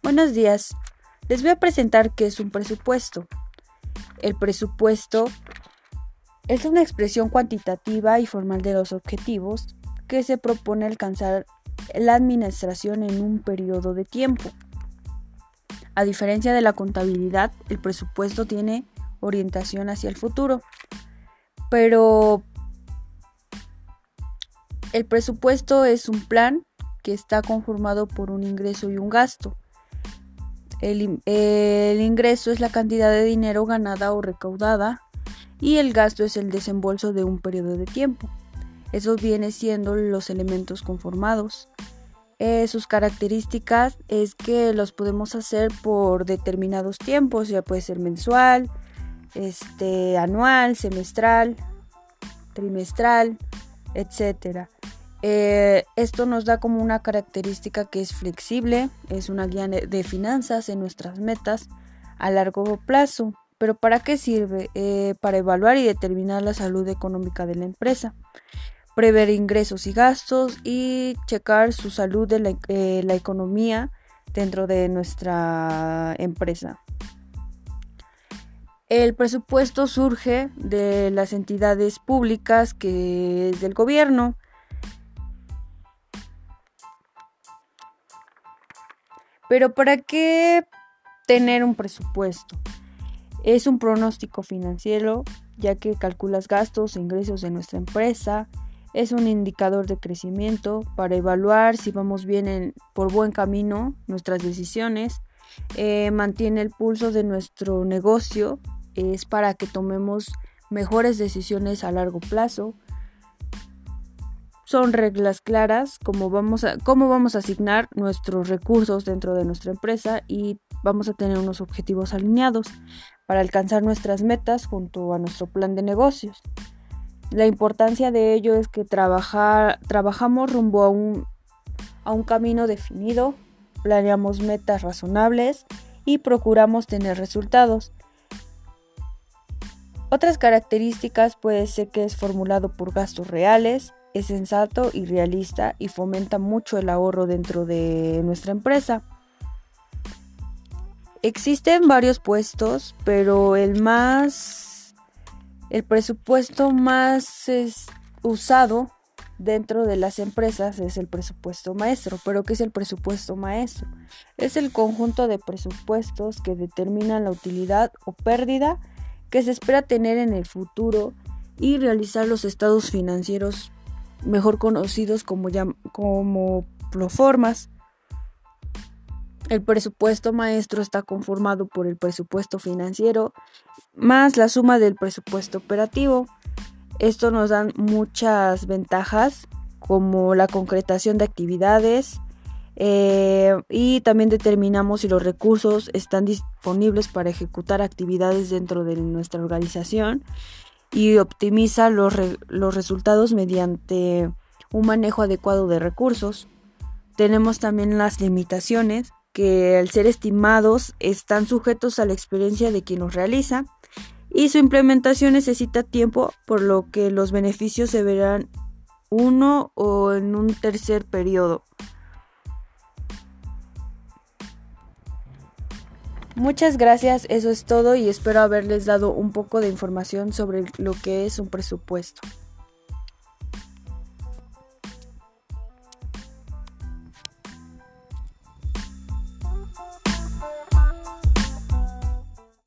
Buenos días. Les voy a presentar qué es un presupuesto. El presupuesto es una expresión cuantitativa y formal de los objetivos que se propone alcanzar la administración en un periodo de tiempo. A diferencia de la contabilidad, el presupuesto tiene orientación hacia el futuro, pero el presupuesto es un plan que está conformado por un ingreso y un gasto. El ingreso es la cantidad de dinero ganada o recaudada y el gasto es el desembolso de un periodo de tiempo. Eso viene siendo los elementos conformados. Sus características es que los podemos hacer por determinados tiempos, ya puede ser mensual, anual, semestral, trimestral, etc. Esto nos da como una característica que es flexible, es una guía de finanzas en nuestras metas a largo plazo. ¿Pero para qué sirve? Para evaluar y determinar la salud económica de la empresa, prever ingresos y gastos y checar su salud de la economía dentro de nuestra empresa. El presupuesto surge de las entidades públicas, que es del gobierno. Pero ¿para qué tener un presupuesto? Es un pronóstico financiero, ya que calculas gastos e ingresos de nuestra empresa. Es un indicador de crecimiento para evaluar si vamos bien por buen camino nuestras decisiones. Mantiene el pulso de nuestro negocio. Es para que tomemos mejores decisiones a largo plazo. Son reglas claras cómo vamos a asignar nuestros recursos dentro de nuestra empresa y vamos a tener unos objetivos alineados para alcanzar nuestras metas junto a nuestro plan de negocios. La importancia de ello es que trabajamos rumbo a un camino definido, planeamos metas razonables y procuramos tener resultados. Otras características puede ser que es formulado por gastos reales, es sensato y realista y fomenta mucho el ahorro dentro de nuestra empresa. Existen varios puestos, pero el presupuesto más usado dentro de las empresas es el presupuesto maestro. ¿Pero qué es el presupuesto maestro? Es el conjunto de presupuestos que determinan la utilidad o pérdida que se espera tener en el futuro y realizar los estados financieros mejor conocidos como proformas. El presupuesto maestro está conformado por el presupuesto financiero más la suma del presupuesto operativo. Esto nos da muchas ventajas, como la concretación de actividades, y también determinamos si los recursos están disponibles para ejecutar actividades dentro de nuestra organización y optimiza los resultados mediante un manejo adecuado de recursos. Tenemos también las limitaciones, que al ser estimados están sujetos a la experiencia de quien los realiza y su implementación necesita tiempo, por lo que los beneficios se verán uno o en un tercer periodo. Muchas gracias, eso es todo y espero haberles dado un poco de información sobre lo que es un presupuesto.